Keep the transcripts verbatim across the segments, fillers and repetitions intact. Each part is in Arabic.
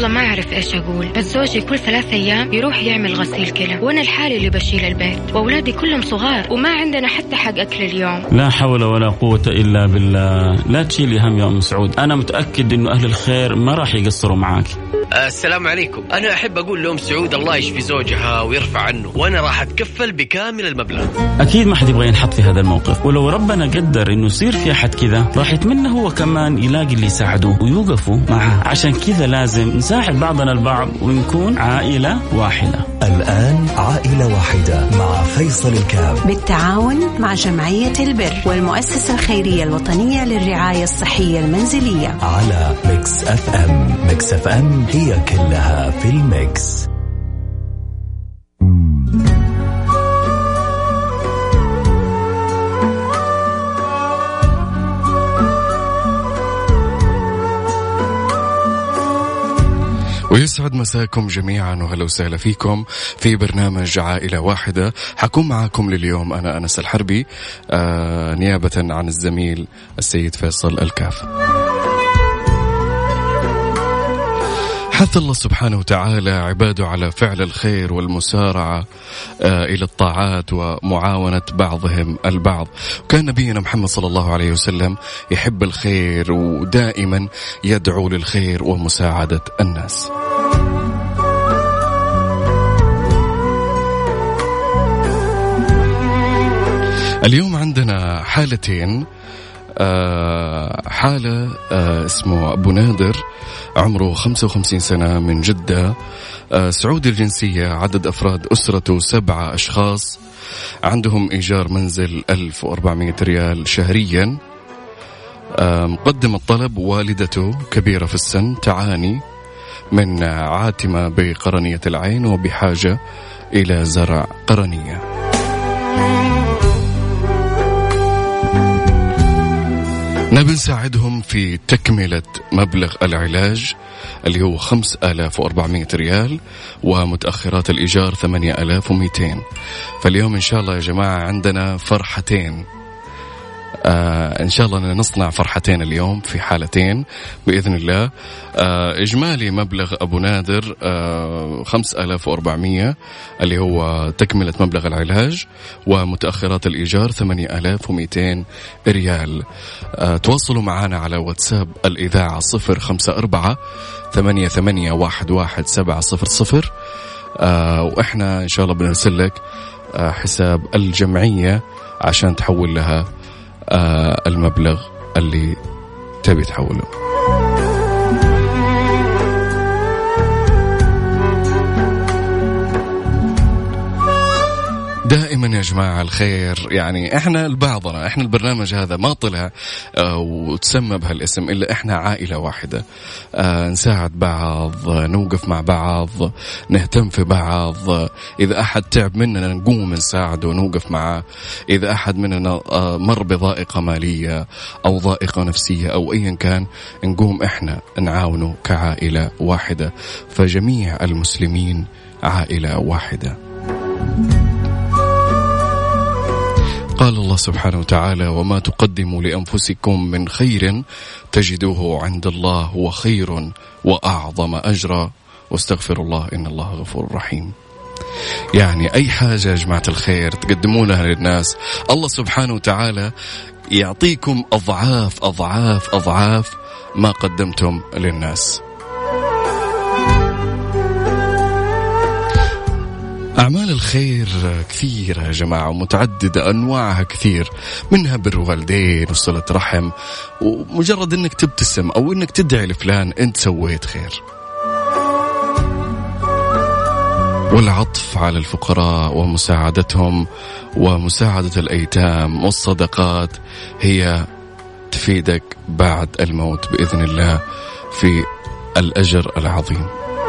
والله ما أعرف إيش أقول، بس زوجي كل ثلاث أيام يروح يعمل غسيل كلى، وأنا الحالي اللي بشيل البيت، وأولادي كلهم صغار، وما عندنا حتى حق أكل اليوم. لا حول ولا قوة إلا بالله. لا تشيلي هم يا أم سعود، أنا متأكد إنه أهل الخير ما راح يقصروا معاك. السلام عليكم. أنا أحب أقول لأم سعود الله يشفي زوجها ويرفع عنه، وأنا راح أتكفل بكامل المبلغ. أكيد ما حد يبغى ينحط في هذا الموقف، ولو ربنا قدر إنه يصير في أحد كذا راح يتمنى هو كمان يلاقي اللي يساعده ويوقفوا معه. عشان كذا لازم نساعد بعضنا البعض ونكون عائلة واحدة. الآن عائلة واحدة مع فيصل الكاف بالتعاون مع جمعية البر والمؤسسة الخيرية الوطنية للرعاية الصحية المنزلية على ميكس أف أم. ميكس أف أم هي كلها في الميكس. ويسعد مساكم جميعا وهلا وسهلا فيكم في برنامج عائلة واحدة. حكون معاكم لليوم أنا أنس الحربي آه نيابة عن الزميل السيد فيصل الكاف. حث الله سبحانه وتعالى عباده على فعل الخير والمسارعة آه إلى الطاعات ومعاونة بعضهم البعض. وكان نبينا محمد صلى الله عليه وسلم يحب الخير ودائما يدعو للخير ومساعدة الناس. اليوم عندنا حالتين. آه حالة آه اسمه أبو نادر عمره خمسة وخمسين سنة من جدة، آه سعودي الجنسية، عدد أفراد أسرته سبعة أشخاص، عندهم إيجار منزل ألف وأربعمائة ريال شهريا. آه مقدم الطلب والدته كبيرة في السن تعاني من عاتمة بقرنية العين وبحاجة إلى زرع قرنية. نبي نساعدهم في تكملة مبلغ العلاج اللي هو خمسة آلاف وأربعمائة ريال ومتأخرات الإيجار ثمانية آلاف ومئتين. فاليوم إن شاء الله يا جماعة عندنا فرحتين، آه إن شاء الله نصنع فرحتين اليوم في حالتين بإذن الله. آه إجمالي مبلغ أبو نادر آه خمسة آلاف وأربعمائة اللي هو تكملة مبلغ العلاج، ومتأخرات الإيجار ثمانية آلاف ومئتين ريال. آه تواصلوا معنا على واتساب الإذاعة صفر خمسة أربعة ثمانية ثمانية واحد واحد سبعة صفر صفر، آه وإحنا إن شاء الله بنرسل لك آه حساب الجمعية عشان تحول لها آه المبلغ اللي تبي تحوله. دائما يا جماعة الخير، يعني احنا لبعضنا، احنا البرنامج هذا ما طلع اه وتسمى بهالاسم الا احنا عائلة واحدة. اه نساعد بعض، نوقف مع بعض، نهتم في بعض. اذا احد تعب مننا نقوم نساعده ونوقف معه. اذا احد مننا اه مر بضائقة مالية او ضائقة نفسية او ايا كان نقوم احنا نعاونه كعائلة واحدة. فجميع المسلمين عائلة واحدة. قال الله سبحانه وتعالى: وما تقدموا لأنفسكم من خير تجدوه عند الله هو خير وأعظم أجرا واستغفروا الله إن الله غفور رحيم. يعني أي حاجة يا جماعة الخير تقدمونها للناس الله سبحانه وتعالى يعطيكم أضعاف أضعاف أضعاف ما قدمتم للناس. أعمال الخير كثيرة يا جماعة ومتعددة، أنواعها كثير، منها بر والدين وصلة رحم، ومجرد أنك تبتسم أو أنك تدعي لفلان أنت سويت خير. والعطف على الفقراء ومساعدتهم ومساعدة الأيتام والصدقات هي تفيدك بعد الموت بإذن الله في الأجر العظيم.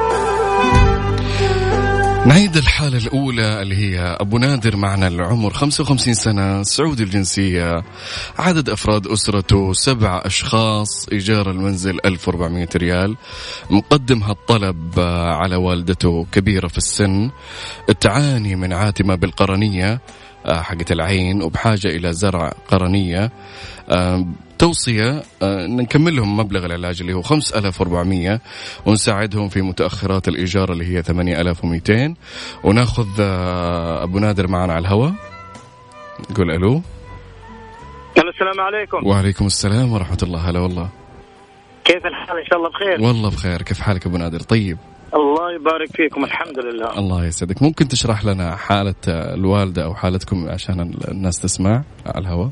نعيد الحالة الأولى اللي هي أبو نادر معنا، العمر خمسة وخمسين سنة، سعودي الجنسية، عدد أفراد أسرته سبعة أشخاص، إيجار المنزل ألف وأربعمائة ريال. مقدم هالطلب على والدته كبيرة في السن تعاني من عاتمة بالقرنية، حقة العين وبحاجة إلى زرع قرنية، توصية نكمل لهم مبلغ العلاج اللي هو خمسة آلاف وأربعمية ونساعدهم في متأخرات الإيجار اللي هي ثمانية آلاف ومئتين. وناخذ أبو نادر معنا على الهواء. نقول ألو. السلام عليكم. وعليكم السلام ورحمة الله. هلا والله. كيف الحال؟ إن شاء الله بخير. والله بخير. كيف حالك أبو نادر؟ طيب الله يبارك فيكم. الحمد لله. الله يسعدك. ممكن تشرح لنا حالة الوالدة أو حالتكم عشان الناس تسمع على الهواء؟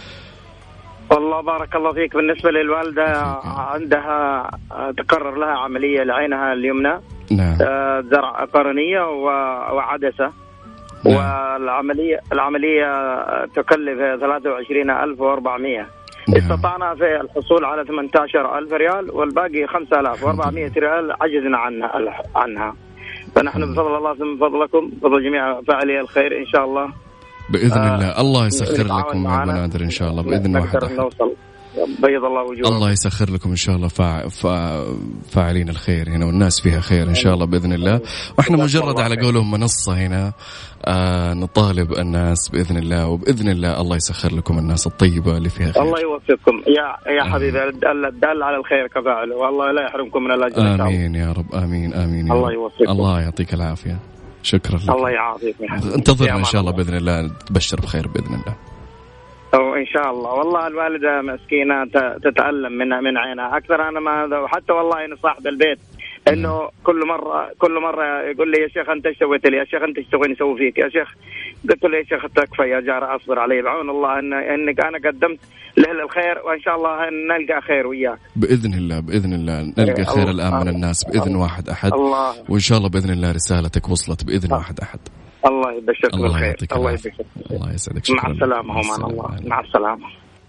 والله بارك الله فيك. بالنسبة للوالدة عندها تقرر لها عملية لعينها اليمنى. نعم. زرع قرنية وعدسة. نعم. والعملية العملية تكلف ثلاثة وعشرين ألف وأربعمية. نعم. استطعنا في الحصول على ثمانية عشر ألف ريال والباقي خمسة آلاف وأربعمية ريال عجزنا عنها عنها فنحن بفضل الله ثم فضلكم فضل جميع فاعلي الخير إن شاء الله بإذن آه الله. الله يسخر لكم يا أبو نادر إن شاء الله بإذن واحد أحد. بيض الله وجوهكم. الله يسخر لكم إن شاء الله فا... فا... فاعلين الخير هنا والناس فيها خير إن شاء الله بإذن الله. وإحنا مجرد على قولهم منصة هنا آه نطالب الناس بإذن الله وبإذن الله الله يسخر لكم الناس الطيبة اللي فيها خير. الله يوفقكم يا يا حبيبي. الدال على الخير كفاعله والله لا يحرمكم من الأجر. آمين يا رب. آمين آمين يا الله يوفقكم. الله يعطيك العافية. شكرا لك. الله يعافيك. انتظرنا إن شاء الله بإذن الله. تبشر بخير بإذن الله. أو إن شاء الله. والله الوالدة مسكينة تتألم من من عينها أكثر. أنا ما هذا وحتى والله إن صاحب البيت إنه كل مرة كل مرة يقول لي يا شيخ أنت إيش سويت لي؟ يا شيخ أنت إيش تبغى نسوي فيك يا شيخ؟ قلت له يا شيخ تكفى يا جار أصبر علي. بعون الله إن إنك أنا قدمت له الخير وإن شاء الله نلقى خير وياك بإذن الله. بإذن الله نلقى خير الآن من الناس بإذن واحد أحد. الله. وإن شاء الله بإذن الله رسالتك وصلت بإذن واحد أحد. الله يبشرك بالخير. الله يبشرك. الله يسعدك. مع السلامة. ومع الله. مع السلامة.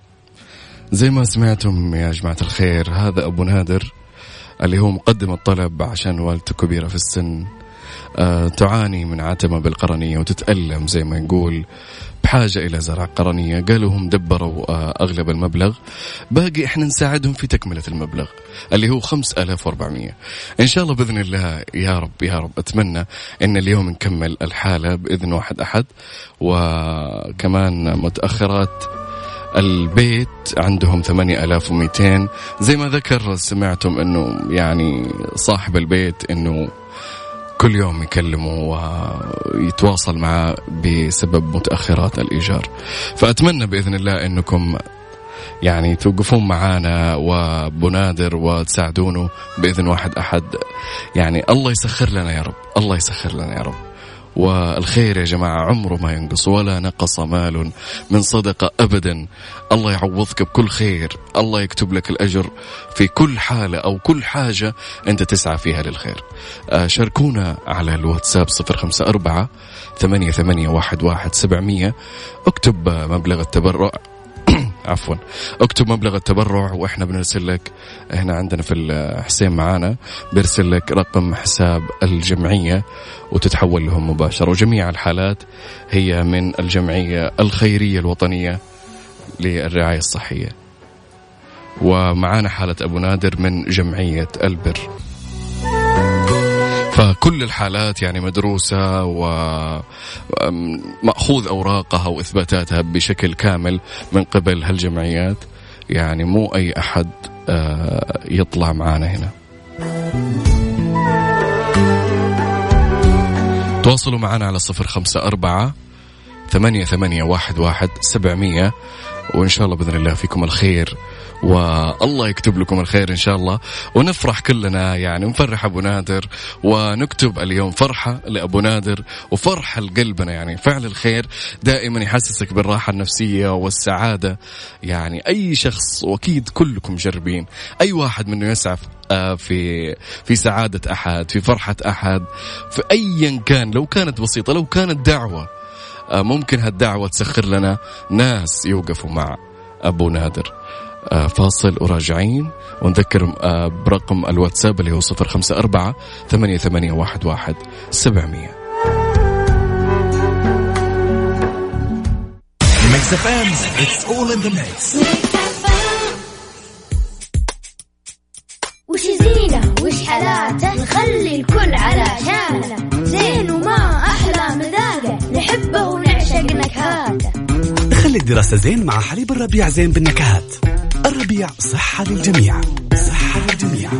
زي ما سمعتم يا جماعة الخير هذا أبو نادر اللي هو مقدم الطلب عشان والدته كبيرة في السن آه تعاني من عتمة بالقرنية وتتألم زي ما نقول بحاجة إلى زرع قرنية. قالوا هم دبروا آه أغلب المبلغ باقي إحنا نساعدهم في تكملة المبلغ اللي هو خمسة آلاف وأربعمية إن شاء الله بإذن الله. يا رب يا رب أتمنى إن اليوم نكمل الحالة بإذن واحد أحد. وكمان متأخرات البيت عندهم ثمانية آلاف ومئتين زي ما ذكر. سمعتم أنه يعني صاحب البيت أنه كل يوم يكلمه ويتواصل معه بسبب متأخرات الإيجار. فأتمنى بإذن الله أنكم يعني توقفون معانا وبنادر وتساعدونه بإذن واحد أحد. يعني الله يسخر لنا يا رب. الله يسخر لنا يا رب. والخير يا جماعة عمره ما ينقص ولا نقص مال من صدقة أبدا. الله يعوضك بكل خير. الله يكتب لك الأجر في كل حالة أو كل حاجة أنت تسعى فيها للخير. شاركونا على الواتساب صفر خمسة أربعة ثمانية ثمانية واحد واحد سبعمية. اكتب مبلغ التبرع عفوا اكتب مبلغ التبرع وإحنا بنرسل لك. هنا عندنا في الحسين معانا بيرسل لك رقم حساب الجمعية وتتحول لهم مباشرة. وجميع الحالات هي من الجمعية الخيرية الوطنية للرعاية الصحية. ومعانا حالة أبو نادر من جمعية البر. فكل الحالات يعني مدروسة ومأخوذ أوراقها وإثباتاتها بشكل كامل من قبل هالجمعيات. يعني مو أي أحد يطلع معانا هنا. تواصلوا معنا على صفر خمسة أربعة ثمانية ثمانية واحد واحد سبعمية وإن شاء الله بإذن الله فيكم الخير والله يكتب لكم الخير إن شاء الله. ونفرح كلنا يعني نفرح أبو نادر ونكتب اليوم فرحة لأبو نادر وفرحة لقلبنا. يعني فعل الخير دائما يحسسك بالراحة النفسية والسعادة. يعني أي شخص وأكيد كلكم جربين أي واحد منه يسعى في في سعادة أحد في فرحة أحد في أيا كان لو كانت بسيطة لو كانت دعوة ممكن هالدعوة تسخر لنا ناس يوقفوا مع أبو نادر. فاصل وراجعين ونذكر برقم الواتساب اللي هو صفر خمسة أربعة ثمانية ثمانية واحد واحد سبعمية. وش زينة وش حلاته نخلي الكل على شانه زين وما أحلى مذاقه نحبه ونعشق نكهاته دراسة زين مع حليب الربيع زين بالنكهات. الربيع صحة للجميع، صحة للجميع.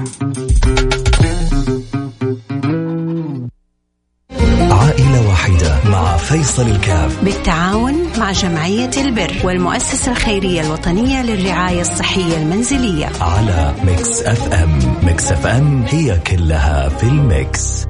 عائلة واحدة مع فيصل الكاف بالتعاون مع جمعية البر والمؤسسة الخيرية الوطنية للرعاية الصحية المنزلية على ميكس اف ام. ميكس اف ام هي كلها في الميكس.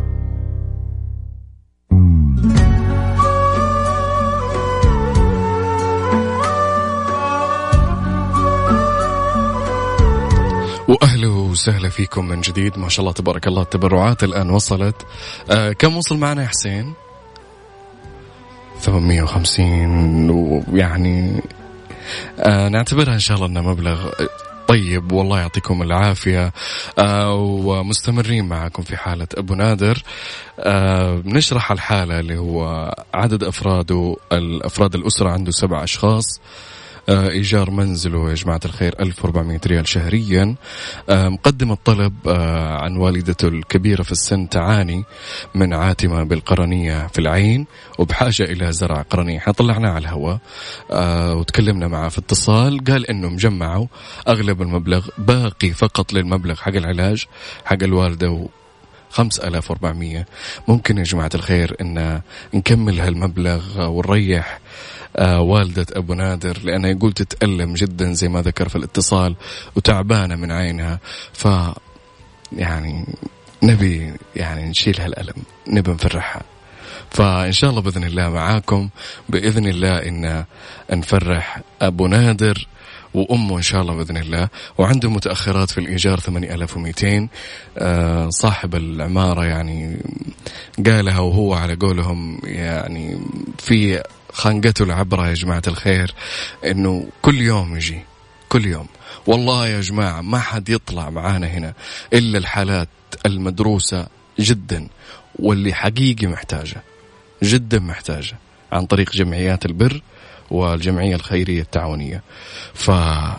وأهلا وسهلا فيكم من جديد. ما شاء الله تبارك الله التبرعات الآن وصلت. آه كم وصل معنا يا حسين؟ ثمانمئة وخمسين. ويعني آه نعتبرها إن شاء الله أنه مبلغ طيب، والله يعطيكم العافية. آه ومستمرين معكم في حالة أبو نادر. آه بنشرح الحالة اللي هو عدد أفراده، الأفراد الأسرة عنده سبع أشخاص. آه إيجار منزله يا جماعة الخير ألف وأربعمئة ريال شهريا. آه مقدم الطلب آه عن والدته الكبيرة في السن، تعاني من عاتمة بالقرنية في العين وبحاجة إلى زرع قرنية. احنا طلعنا على الهواء آه وتكلمنا معه في اتصال، قال إنه مجمعوا أغلب المبلغ، باقي فقط للمبلغ حق العلاج حق الوالدة خمس آلاف وأربعمئة. ممكن يا جماعة الخير إن نكمل هالمبلغ ونريح آه والدة أبو نادر، لأنها يقول تتألم جدا زي ما ذكر في الاتصال وتعبانة من عينها. ف يعني نبي يعني نشيل هالألم، نبي نفرحها. فإن شاء الله بإذن الله معاكم بإذن الله إن نفرح أبو نادر وأمه إن شاء الله بإذن الله. وعنده متأخرات في الإيجار ثمانية آلاف ومئتين. آه صاحب العمارة يعني قالها وهو على قولهم يعني في خانقته العبرة يا جماعة الخير، إنه كل يوم يجي كل يوم. والله يا جماعة ما حد يطلع معانا هنا إلا الحالات المدروسة جدا واللي حقيقي محتاجة جدا محتاجة عن طريق جمعيات البر والجمعية الخيرية التعاونية. ف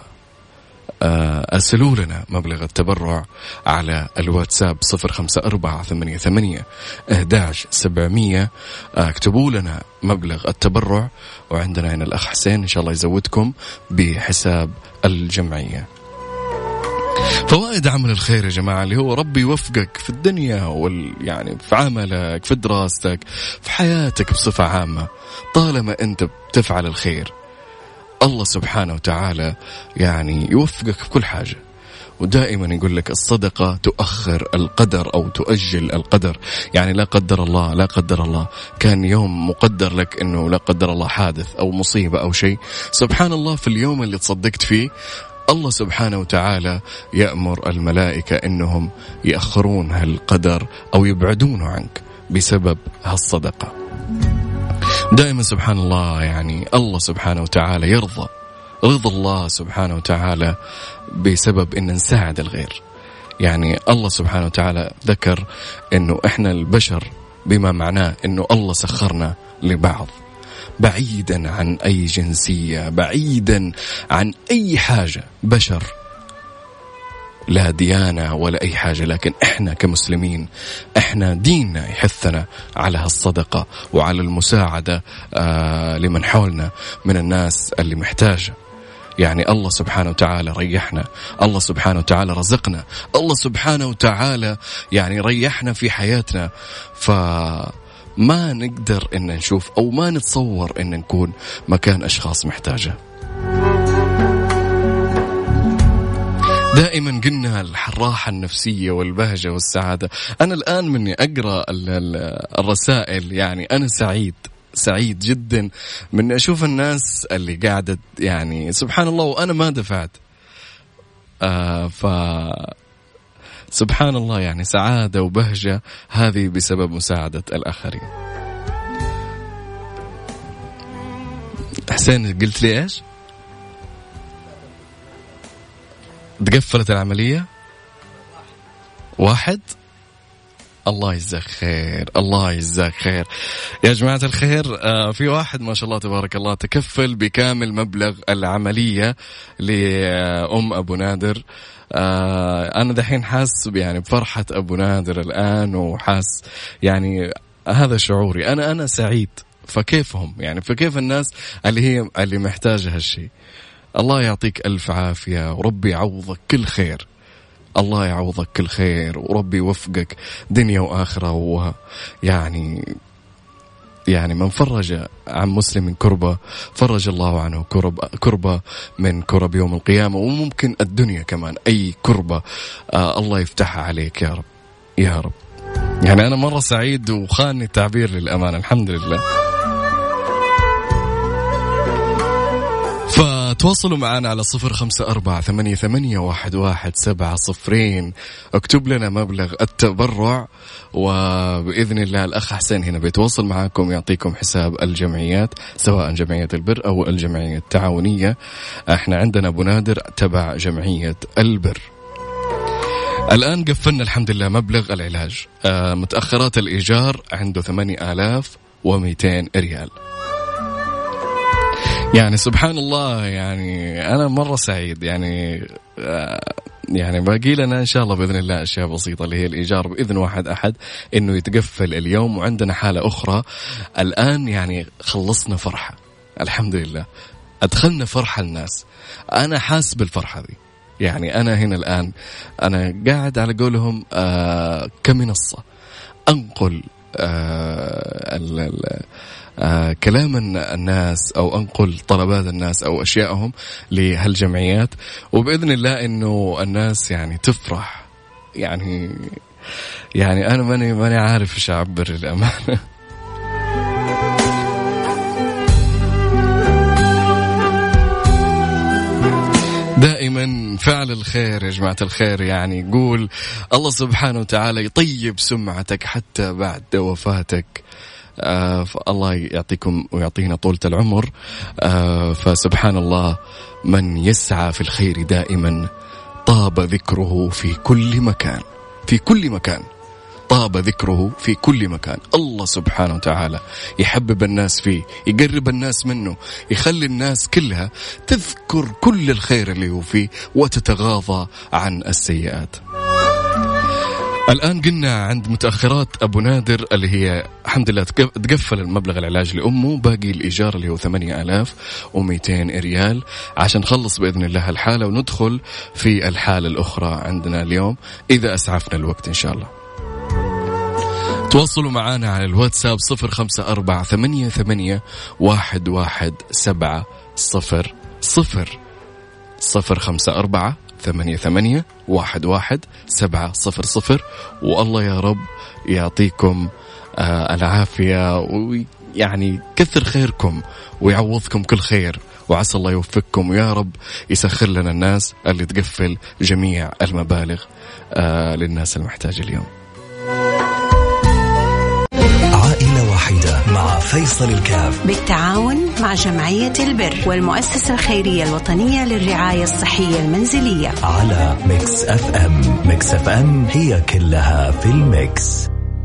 أرسلوا لنا مبلغ التبرع على الواتساب صفر خمسة أربعة ثمانية ثمانية أحد عشر سبعمية. اكتبوا لنا مبلغ التبرع، وعندنا هنا الأخ حسين إن شاء الله يزودكم بحساب الجمعية. فوائد عمل الخير يا جماعة اللي هو ربي يوفقك في الدنيا وال يعني في عملك، في دراستك، في حياتك بصفة عامة. طالما أنت بتفعل الخير الله سبحانه وتعالى يعني يوفقك في كل حاجة. ودائما يقول لك الصدقة تؤخر القدر أو تؤجل القدر. يعني لا قدر الله لا قدر الله كان يوم مقدر لك أنه لا قدر الله حادث أو مصيبة أو شيء، سبحان الله في اليوم اللي تصدقت فيه الله سبحانه وتعالى يأمر الملائكة أنهم يأخرون هالقدر أو يبعدونه عنك بسبب هالصدقة. دائما سبحان الله يعني الله سبحانه وتعالى يرضى، رضا الله سبحانه وتعالى بسبب أن نساعد الغير. يعني الله سبحانه وتعالى ذكر أنه إحنا البشر بما معناه أنه الله سخرنا لبعض، بعيدا عن أي جنسية، بعيدا عن أي حاجة، بشر لا ديانة ولا أي حاجة. لكن إحنا كمسلمين إحنا ديننا يحثنا على هالصدقة وعلى المساعدة آه لمن حولنا من الناس اللي محتاجة. يعني الله سبحانه وتعالى ريحنا، الله سبحانه وتعالى رزقنا، الله سبحانه وتعالى يعني ريحنا في حياتنا. فما نقدر إن نشوف أو ما نتصور إن نكون مكان أشخاص محتاجة. دائما قلنا الراحة النفسية والبهجة والسعادة. أنا الآن مني أقرأ الرسائل يعني أنا سعيد سعيد جدا من أشوف الناس اللي قاعدة يعني سبحان الله وأنا ما دفعت. آه ف سبحان الله يعني سعادة وبهجة هذه بسبب مساعدة الآخرين. حسين قلت لي إيش؟ تقفلت العملية واحد. الله يجزاك خير، الله يجزاك خير يا جماعة الخير. آه في واحد ما شاء الله تبارك الله تكفل بكامل مبلغ العملية لأم أبو نادر. آه أنا دحين حاس يعني بفرحة أبو نادر الآن، وحاس يعني هذا شعوري. أنا أنا سعيد فكيفهم يعني، فكيف الناس اللي هي اللي محتاجة هالشيء. الله يعطيك ألف عافية وربي يعوضك كل خير، الله يعوضك كل خير وربي يوفقك دنيا وآخرة. ويعني يعني من فرج عن مسلم من كربة فرج الله عنه كرب كربة من كرب يوم القيامة، وممكن الدنيا كمان أي كربة آه الله يفتحها عليك يا رب يا رب. يعني أنا مرة سعيد وخاني التعبير للأمانة، الحمد لله. فتواصلوا معنا على صفر خمسة أربعة ثمانية ثمانية واحد واحد سبعة صفرين. اكتب لنا مبلغ التبرع، وبإذن الله الأخ حسين هنا بيتواصل معاكم يعطيكم حساب الجمعيات، سواء جمعية البر أو الجمعية التعاونية. احنا عندنا أبو نادر تبع جمعية البر. الآن قفلنا الحمد لله مبلغ العلاج. آه متأخرات الإيجار عنده ثمانية آلاف ومئتين ريال. يعني سبحان الله، يعني أنا مرة سعيد. يعني آه يعني باقي لنا إن شاء الله بإذن الله أشياء بسيطة اللي هي الإيجار بإذن واحد أحد إنه يتقفل اليوم. وعندنا حالة أخرى الآن، يعني خلصنا فرحة الحمد لله، أدخلنا فرحة الناس. أنا حاس بالفرحة دي. يعني أنا هنا الآن أنا قاعد على قولهم آه كمنصة أنقل آه ال ال آه كلام الناس أو أنقل طلبات الناس أو أشيائهم لهالجمعيات، وبإذن الله إنه الناس يعني تفرح. يعني يعني أنا ماني ماني عارف إيش أعبر الأمانة. دائما فعل الخير يا جماعة الخير، يعني يقول الله سبحانه وتعالى يطيب سمعتك حتى بعد وفاتك. آه فالله يعطيكم ويعطينا طولة العمر. آه فسبحان الله، من يسعى في الخير دائما طاب ذكره في كل مكان، في كل مكان طاب ذكره في كل مكان. الله سبحانه وتعالى يحبب الناس فيه، يقرب الناس منه، يخلي الناس كلها تذكر كل الخير اللي هو فيه وتتغاضى عن السيئات. الآن قلنا عند متأخرات أبو نادر اللي هي الحمد لله تقفل المبلغ العلاج لأمه، باقي الإيجار اللي هو ثمانية آلاف ومئتين ريال عشان نخلص بإذن الله الحالة وندخل في الحالة الأخرى عندنا اليوم إذا أسعفنا الوقت إن شاء الله. تواصلوا معنا على الواتساب صفر خمسة أربعة ثمانية ثمانية واحد واحد سبعة صفر صفر صفر خمسة أربعة ثمانية ثمانية واحد واحد سبعة صفر صفر. والله يا رب يعطيكم آه العافية، ويعني كثر خيركم ويعوضكم كل خير، وعسى الله يوفقكم ويا رب يسخر لنا الناس اللي تقفل جميع المبالغ آه للناس المحتاجة اليوم. عائلة واحدة مع فيصل الكاف بالتعاون مع جمعية البر والمؤسسة الخيرية الوطنية للرعاية الصحية المنزلية على ميكس أف أم. ميكس أف أم هي كلها في الميكس.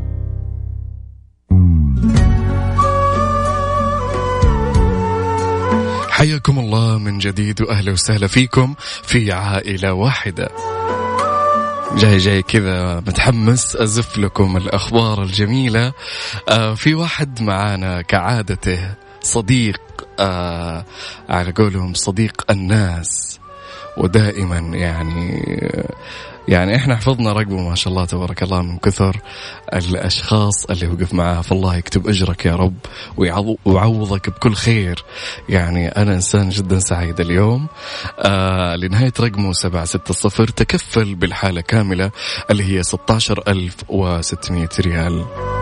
حياكم الله من جديد وأهلا وسهلا فيكم في عائلة واحدة. جاي جاي كذا متحمس أزف لكم الأخبار الجميلة. آه في واحد معانا كعادته صديق، آه على قولهم صديق الناس، ودائما يعني يعني احنا حفظنا رقمه ما شاء الله تبارك الله من كثر الاشخاص اللي وقف معاه. فالله يكتب اجرك يا رب ويعوضك بكل خير. يعني انا انسان جدا سعيد اليوم. آه لنهايه رقمه سبعة ستة صفر تكفل بالحاله كامله اللي هي ستة عشر ألف وستمائة ريال،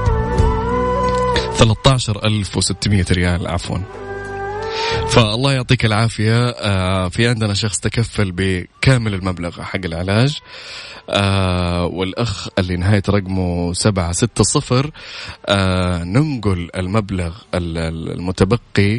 ثلاثة عشر ألف وستمائة ريال عفوا. فالله يعطيك العافية. آه في عندنا شخص تكفل بكامل المبلغ حق العلاج، آه والأخ اللي نهاية رقمه سبعة ستة صفر آه ننقل المبلغ المتبقي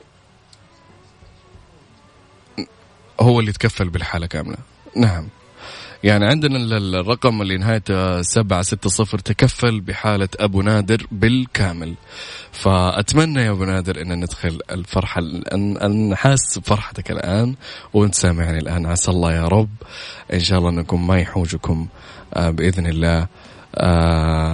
هو اللي تكفل بالحالة كاملة. نعم، يعني عندنا الرقم اللي نهايته سبعة ستة صفر تكفل بحالة أبو نادر بالكامل. فأتمنى يا أبو نادر أن ندخل الفرحة، أن نحس بفرحتك الآن وأنت سامعني الآن. عسى الله يا رب إن شاء الله أنكم ما يحوجكم بإذن الله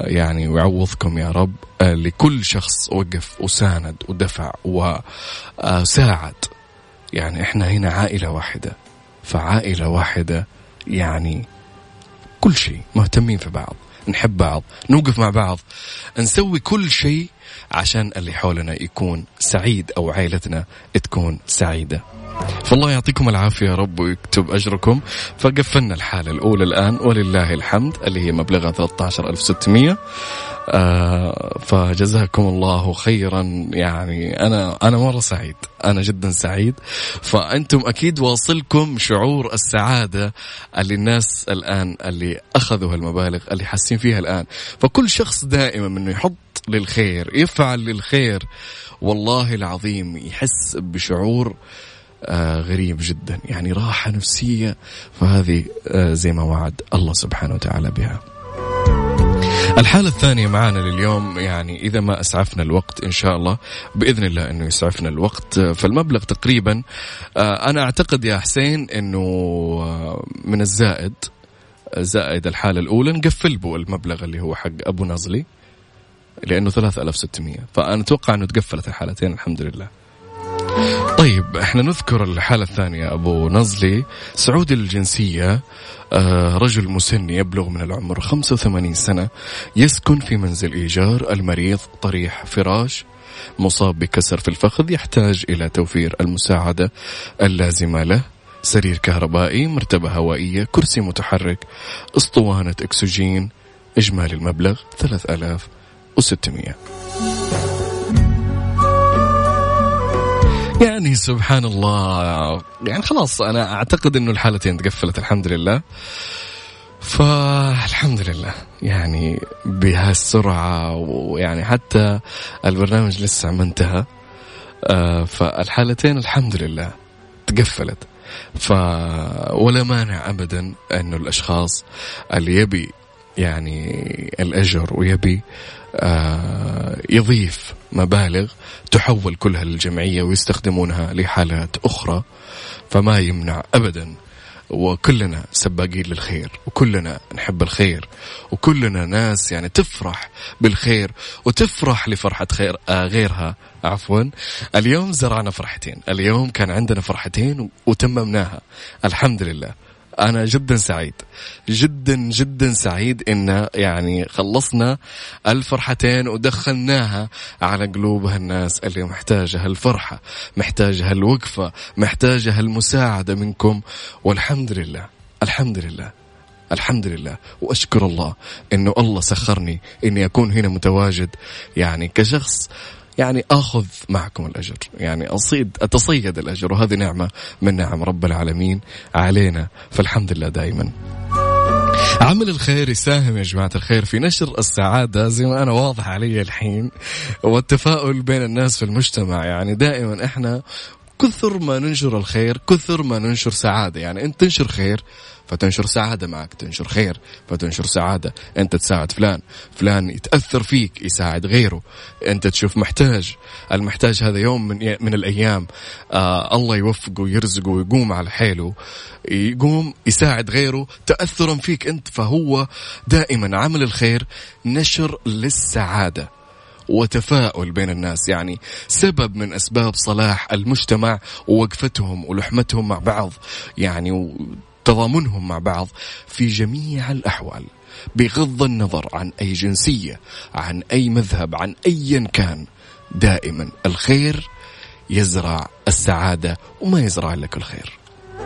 يعني ويعوضكم يا رب آه لكل شخص وقف وساند ودفع وساعد. يعني احنا هنا عائلة واحدة، فعائلة واحدة يعني كل شيء مهتمين في بعض، نحب بعض، نوقف مع بعض، نسوي كل شيء عشان اللي حولنا يكون سعيد أو عائلتنا تكون سعيدة. فالله يعطيكم العافية يا رب ويكتب أجركم. فقفلنا الحالة الأولى الآن ولله الحمد اللي هي مبلغها ثلاثة عشر ألف وستمية. آه فجزاكم الله خيرا. يعني أنا أنا مرة سعيد، أنا جدا سعيد. فأنتم أكيد واصلكم شعور السعادة اللي الناس الآن اللي أخذوا هالمبالغ اللي حاسين فيها الآن. فكل شخص دائما منه يحط للخير، يفعل للخير، والله العظيم يحس بشعور آه غريب جدا، يعني راحة نفسية. فهذه آه زي ما وعد الله سبحانه وتعالى بها. الحالة الثانية معنا لليوم، يعني إذا ما أسعفنا الوقت إن شاء الله بإذن الله أنه يسعفنا الوقت. فالمبلغ تقريبا آه أنا أعتقد يا حسين أنه آه من الزائد زائد الحالة الأولى نقفل بو المبلغ اللي هو حق أبو نازلي لأنه ثلاثة آلاف وستمية. فأنا أتوقع أنه تقفلت الحالتين الحمد لله. طيب احنا نذكر الحالة الثانية. أبو نزلي سعودي الجنسية، آه رجل مسن يبلغ من العمر خمسة وثمانين سنة، يسكن في منزل إيجار، المريض طريح فراش، مصاب بكسر في الفخذ، يحتاج إلى توفير المساعدة اللازمة له، سرير كهربائي، مرتبة هوائية، كرسي متحرك، اسطوانة أكسجين. إجمالي المبلغ ثلاثة آلاف وستمية. يعني سبحان الله، يعني خلاص أنا أعتقد أنه الحالتين تقفلت الحمد لله. فالحمد لله يعني بهالسرعة، ويعني حتى البرنامج لسه ما انتهى. فالحالتين الحمد لله تقفلت. ف ولا مانع أبدا أنه الأشخاص اللي يبي يعني الأجر ويبي آه يضيف مبالغ تحول كلها للجمعية ويستخدمونها لحالات أخرى، فما يمنع أبدا. وكلنا سباقين للخير، وكلنا نحب الخير، وكلنا ناس يعني تفرح بالخير وتفرح لفرحة خير آه غيرها. عفوا اليوم زرعنا فرحتين، اليوم كان عندنا فرحتين وتممناها الحمد لله. أنا جدا سعيد جدا جدا سعيد إن يعني خلصنا الفرحتين ودخلناها على قلوب هالناس اللي محتاجة هالفرحة، محتاجة هالوقفة، محتاجة هالمساعدة منكم. والحمد لله الحمد لله الحمد لله. وأشكر الله إنه الله سخرني إني أكون هنا متواجد، يعني كشخص يعني أخذ معكم الأجر، يعني أصيد أتصيد الأجر، وهذه نعمة من نعم رب العالمين علينا. فالحمد لله دائما. عمل الخير يساهم يا جماعة الخير في نشر السعادة زي ما أنا واضح علي الحين، والتفاؤل بين الناس في المجتمع. يعني دائما إحنا كثر ما ننشر الخير كثر ما ننشر سعادة. يعني أنت تنشر خير فتنشر سعادة معك، تنشر خير فتنشر سعادة. أنت تساعد فلان، فلان يتأثر فيك يساعد غيره. أنت تشوف محتاج، المحتاج هذا يوم من, من الأيام آه الله يوفقه ويرزقه ويقوم على حاله، يقوم يساعد غيره تأثرا فيك أنت. فهو دائما عمل الخير نشر للسعادة وتفاؤل بين الناس، يعني سبب من أسباب صلاح المجتمع ووقفتهم ولحمتهم مع بعض، يعني تضامنهم مع بعض في جميع الأحوال، بغض النظر عن أي جنسية، عن أي مذهب، عن أي كان. دائما الخير يزرع السعادة وما يزرع لك الخير.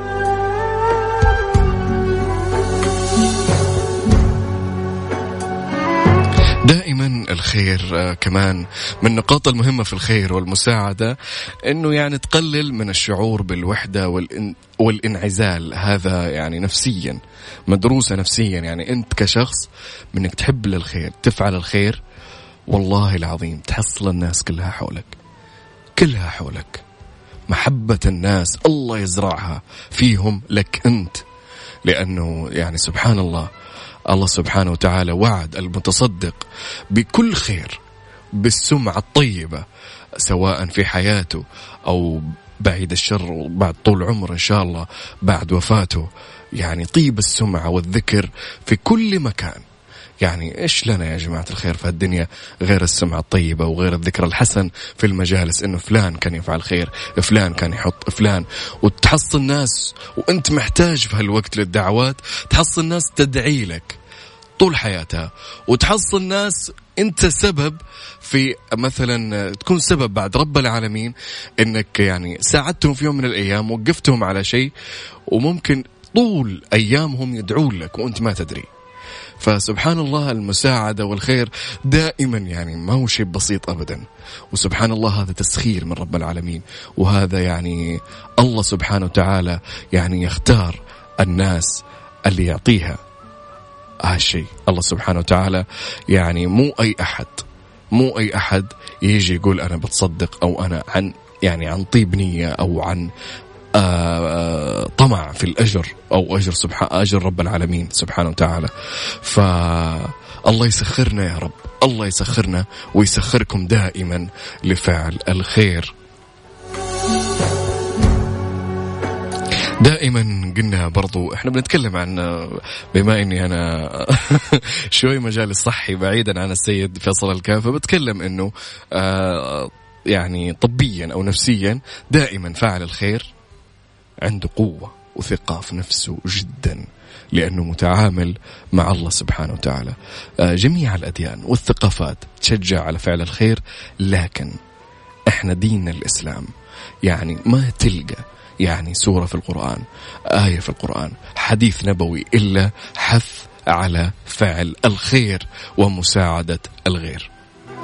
دائما الخير كمان من النقاط المهمة في الخير والمساعدة أنه يعني تقلل من الشعور بالوحدة والإن والانعزال. هذا يعني نفسيا مدروسة نفسيا. يعني أنت كشخص منك تحب للخير، تفعل الخير، والله العظيم تحصل الناس كلها حولك، كلها حولك. محبة الناس الله يزرعها فيهم لك أنت، لأنه يعني سبحان الله الله سبحانه وتعالى وعد المتصدق بكل خير، بالسمعة الطيبة، سواء في حياته أو بعيد الشر وبعد طول عمر إن شاء الله بعد وفاته. يعني طيب السمعة والذكر في كل مكان. يعني إيش لنا يا جماعة الخير في الدنيا غير السمعة الطيبة وغير الذكر الحسن في المجالس، إنه فلان كان يفعل خير، فلان كان يحط فلان، وتحصل الناس وأنت محتاج في هالوقت للدعوات، تحصل الناس تدعي لك طول حياتها، وتحصل الناس أنت سبب في مثلا تكون سبب بعد رب العالمين إنك يعني ساعدتهم في يوم من الأيام، وقفتهم على شيء، وممكن طول أيامهم يدعون لك وأنت ما تدري. فسبحان الله المساعدة والخير دائما يعني ما هو شيء بسيط أبدا، وسبحان الله هذا تسخير من رب العالمين، وهذا يعني الله سبحانه وتعالى يعني يختار الناس اللي يعطيها هالشيء. الله سبحانه وتعالى يعني مو أي أحد مو أي أحد يجي يقول أنا بتصدق أو أنا عن يعني عن طيب نية أو عن آه طمع في الأجر أو أجر سبحان أجر رب العالمين سبحانه وتعالى. فالله يسخرنا يا رب، الله يسخرنا ويسخركم دائما لفعل الخير. دائما قلنا برضو احنا بنتكلم عن، بما اني انا شوي مجال الصحي بعيدا عن السيد فيصل الكافي، بتكلم انه آه يعني طبيا او نفسيا دائما فاعل الخير عنده قوة وثقة في نفسه جدا، لأنه متعامل مع الله سبحانه وتعالى. جميع الأديان والثقافات تشجع على فعل الخير، لكن احنا دين الإسلام يعني ما تلقى يعني سورة في القرآن، آية في القرآن، حديث نبوي إلا حث على فعل الخير ومساعدة الغير.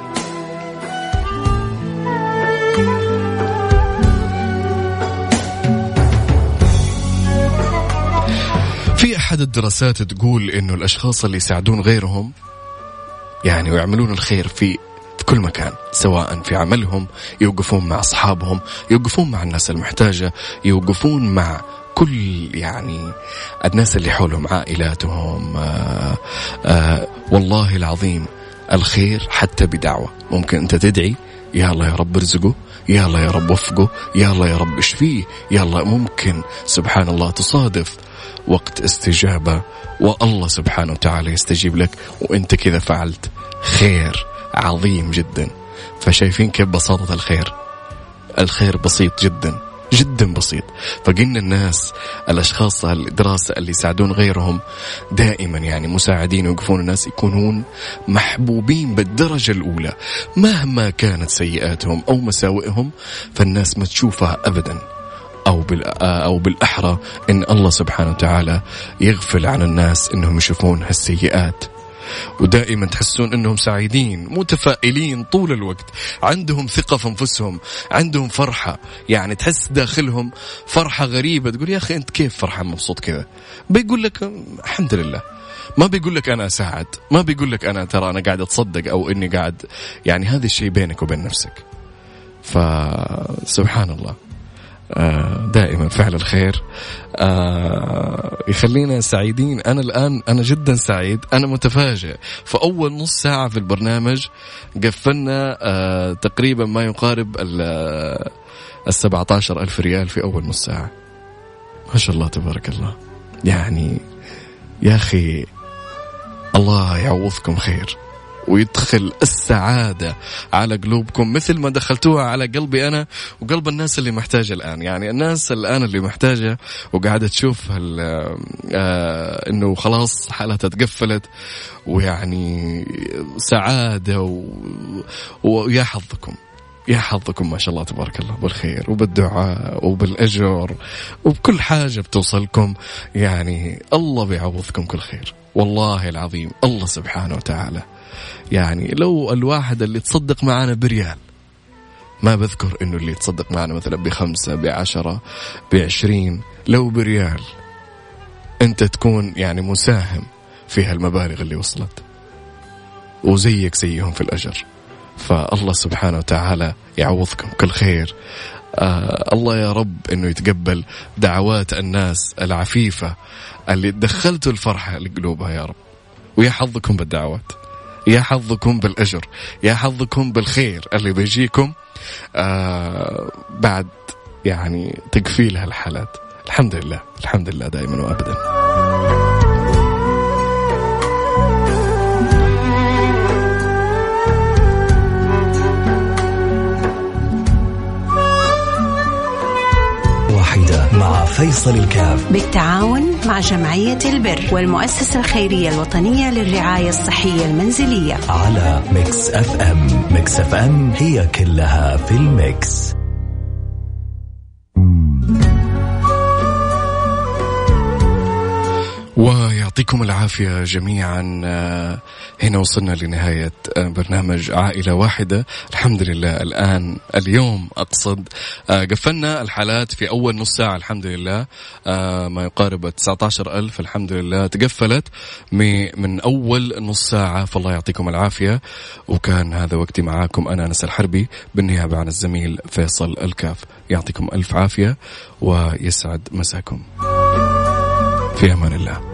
في أحد الدراسات تقول إنه الأشخاص اللي يساعدون غيرهم يعني ويعملون الخير في في كل مكان، سواء في عملهم، يوقفون مع أصحابهم، يوقفون مع الناس المحتاجة، يوقفون مع كل يعني الناس اللي حولهم، عائلاتهم. آآ آآ والله العظيم الخير حتى بدعوة ممكن أنت تدعي يا الله يا رب ارزقه، يا الله يا رب وفقه، يا الله يا رب اشفيه، يا الله ممكن سبحان الله تصادف وقت استجابة والله سبحانه وتعالى يستجيب لك، وانت كذا فعلت خير عظيم جدا. فشايفين كيف بساطة الخير؟ الخير بسيط جدا جدا بسيط. فقلنا الناس الأشخاص الدراسة اللي يساعدون غيرهم دائما يعني مساعدين ويقفون الناس يكونون محبوبين بالدرجة الأولى، مهما كانت سيئاتهم أو مساوئهم فالناس ما تشوفها أبدا، أو أو بالأحرى إن الله سبحانه وتعالى يغفل عن الناس إنهم يشوفون هالسيئات، ودائما تحسون إنهم سعيدين متفائلين طول الوقت، عندهم ثقة في أنفسهم، عندهم فرحة، يعني تحس داخلهم فرحة غريبة، تقول يا أخي أنت كيف فرحة مبسوط كذا؟ بيقول لك الحمد لله، ما بيقول لك أنا أساعد، ما بيقول لك أنا ترى أنا قاعد أتصدق أو إني قاعد، يعني هذا الشيء بينك وبين نفسك. فسبحان الله دائما فعل الخير يخلينا سعيدين. أنا الآن أنا جدا سعيد، أنا متفاجئ. فأول نص ساعة في البرنامج قفلنا تقريبا ما يقارب السبعة عشر ألف ريال في أول نص ساعة، ما شاء الله تبارك الله. يعني يا أخي الله يعوضكم خير ويدخل السعادة على قلوبكم مثل ما دخلتوها على قلبي أنا وقلب الناس اللي محتاجة الآن. يعني الناس الآن اللي محتاجة وقاعدة تشوف آه إنه خلاص حالتها تقفلت، ويعني سعادة و... ويا حظكم يا حظكم ما شاء الله تبارك الله بالخير وبالدعاء وبالأجر وبكل حاجة بتوصلكم. يعني الله بيعوضكم كل خير والله العظيم. الله سبحانه وتعالى يعني لو الواحد اللي تصدق معنا بريال، ما بذكر إنه اللي تصدق معنا مثلا بخمسة بعشرة بعشرين، لو بريال أنت تكون يعني مساهم في هالمبالغ اللي وصلت، وزيك زيهم في الأجر. فالله سبحانه وتعالى يعوضكم كل خير. آه الله يا رب إنه يتقبل دعوات الناس العفيفة اللي دخلتوا الفرحة لقلوبها يا رب، ويا حظكم بالدعوات، يا حظكم بالأجر، يا حظكم بالخير اللي بيجيكم آه بعد يعني تقفيل هالحالات. الحمد لله الحمد لله دائما وأبدا. فيصل الكاف بالتعاون مع جمعية البر والمؤسسة الخيرية الوطنية للرعاية الصحية المنزلية على ميكس اف ام. ميكس اف ام هي كلها في الميكس. ويعطيكم العافية جميعا. هنا وصلنا لنهاية برنامج عائلة واحدة. الحمد لله الآن اليوم أقصد قفلنا الحالات في أول نص ساعة الحمد لله، ما يقارب تسعة عشر ألف الحمد لله تقفلت من أول نص ساعة، فالله يعطيكم العافية. وكان هذا وقتي معاكم أنا أنس الحربي بالنيابة عن الزميل فيصل الكاف. يعطيكم ألف عافية ويسعد مساكم، في أمان الله.